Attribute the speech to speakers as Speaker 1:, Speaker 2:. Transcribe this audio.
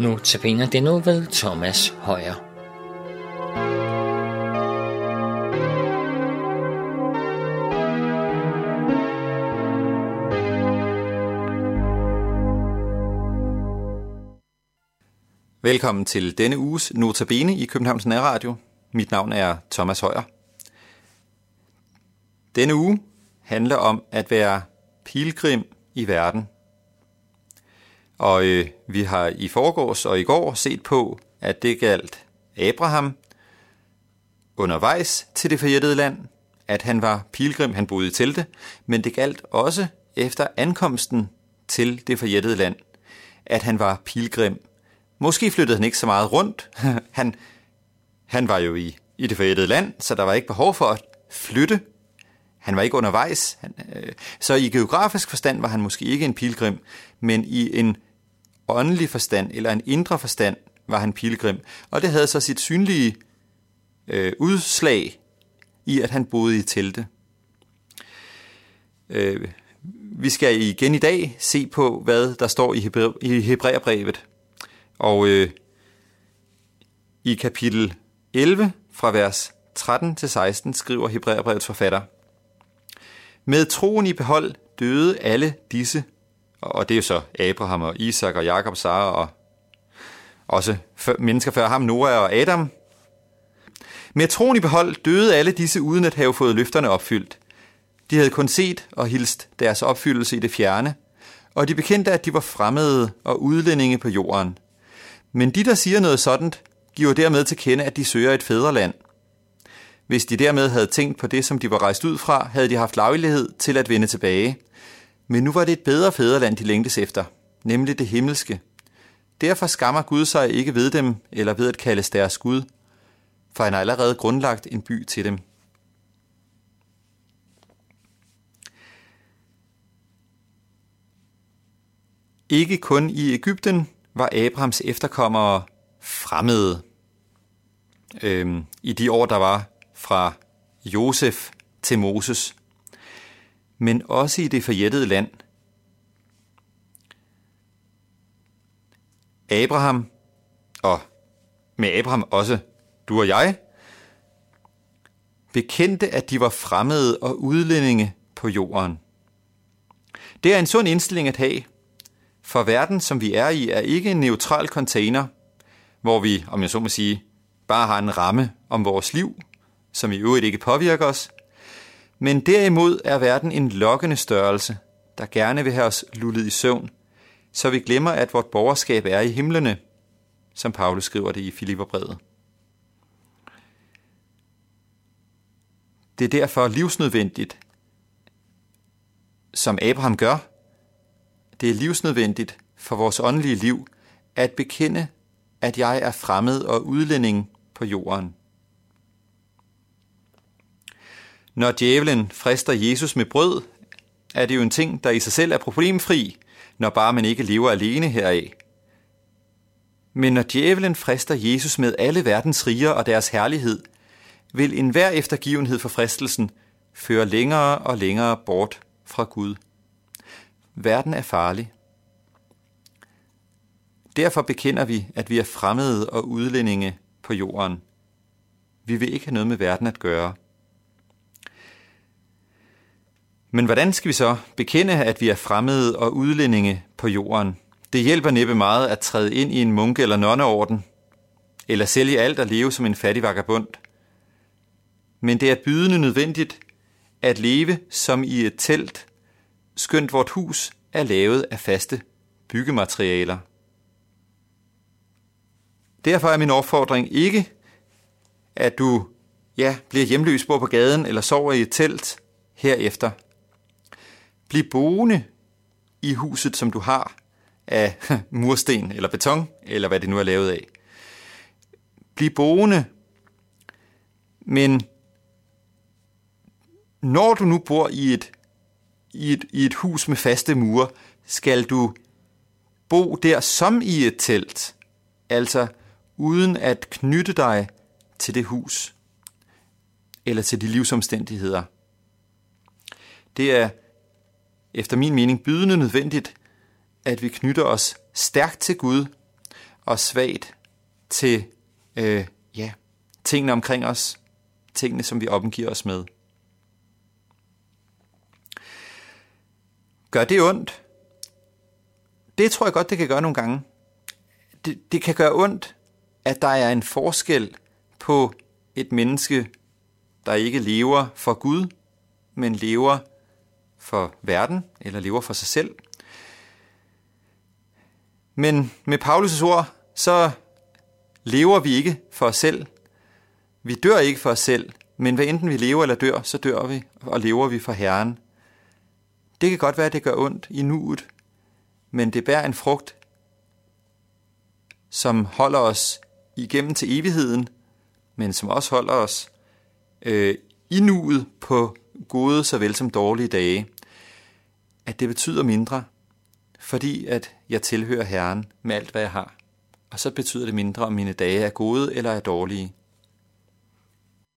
Speaker 1: Notabene det nu ved Thomas Højer.
Speaker 2: Velkommen til denne uges Notabene i Københavns Nærradio. Mit navn er Thomas Højer. Denne uge handler om at være pilgrim i verden. Og vi har i forgårs og i går set på, at det galt Abraham undervejs til det forjættede land, at han var pilgrim, han boede i telte, men det galt også efter ankomsten til det forjættede land, at han var pilgrim. Måske flyttede han ikke så meget rundt. Han var jo i det forjættede land, så der var ikke behov for at flytte. Han var ikke undervejs. Så i geografisk forstand var han måske ikke en pilgrim, men i en åndelig forstand eller en indre forstand var han pilgrim. Og det havde så sit synlige udslag i, at han boede i telte. Vi skal igen i dag se på, hvad der står i Hebræerbrevet. Og i kapitel 11 fra vers 13-16 skriver Hebræerbrevets forfatter: Med troen i behold døde alle disse, og det er jo så Abraham og Isak og Jakob og Sara og også mennesker før ham, Noah og Adam. Med troen i behold døde alle disse uden at have fået løfterne opfyldt. De havde kun set og hilst deres opfyldelse i det fjerne, og de bekendte, at de var fremmede og udlændinge på jorden. Men de, der siger noget sådant, giver dermed til kende, at de søger et fædreland. Hvis de dermed havde tænkt på det, som de var rejst ud fra, havde de haft lejlighed til at vende tilbage. Men nu var det et bedre fædreland, de længtes efter, nemlig det himmelske. Derfor skammer Gud sig ikke ved dem, eller ved at kaldes deres Gud, for han har allerede grundlagt en by til dem. Ikke kun i Egypten var Abrahams efterkommere fremmede. I de år, der var fra Josef til Moses, men også i det forjættede land. Abraham, og med Abraham også du og jeg, bekendte, at de var fremmede og udlændinge på jorden. Det er en sund indstilling at have, for verden, som vi er i, er ikke en neutral container, hvor vi, om jeg så må sige, bare har en ramme om vores liv, som i øvrigt ikke påvirker os. Men derimod er verden en lokkende størrelse, der gerne vil have os lullet i søvn, så vi glemmer, at vort borgerskab er i himlene, som Paulus skriver det i Filipperbrevet. Det er derfor livsnødvendigt, som Abraham gør. Det er livsnødvendigt for vores åndelige liv at bekende, at jeg er fremmed og udlænding på jorden. Når djævelen frister Jesus med brød, er det jo en ting, der i sig selv er problemfri, når bare man ikke lever alene heraf. Men når djævelen frister Jesus med alle verdens riger og deres herlighed, vil enhver eftergivenhed for fristelsen føre længere og længere bort fra Gud. Verden er farlig. Derfor bekender vi, at vi er fremmede og udlændinge på jorden. Vi vil ikke have noget med verden at gøre. Men hvordan skal vi så bekende, at vi er fremmede og udlændinge på jorden? Det hjælper næppe meget at træde ind i en munke- eller nonneorden, eller sælge alt og leve som en fattig vagabond. Men det er bydende nødvendigt at leve som i et telt, skønt vort hus er lavet af faste byggematerialer. Derfor er min opfordring ikke, at du bliver hjemløs, bor på gaden eller sover i et telt herefter. Bliv boende i huset, som du har af mursten eller beton, eller hvad det nu er lavet af. Bliv boende, men når du nu bor i et hus med faste mure, skal du bo der som i et telt, altså uden at knytte dig til det hus eller til de livsomstændigheder. Det er efter min mening bydende nødvendigt, at vi knytter os stærkt til Gud og svagt til tingene omkring os, tingene, som vi omgiver os med. Gør det ondt? Det tror jeg godt, det kan gøre nogle gange. Det kan gøre ondt, at der er en forskel på et menneske, der ikke lever for Gud, men lever for verden, eller lever for sig selv. Men med Paulus' ord, så lever vi ikke for os selv. Vi dør ikke for os selv, men hvad enten vi lever eller dør, så dør vi og lever vi for Herren. Det kan godt være, at det gør ondt i nuet, men det bærer en frugt, som holder os igennem til evigheden, men som også holder os i nuet på gode såvel som dårlige dage. At det betyder mindre, fordi at jeg tilhører Herren med alt, hvad jeg har. Og så betyder det mindre, om mine dage er gode eller er dårlige.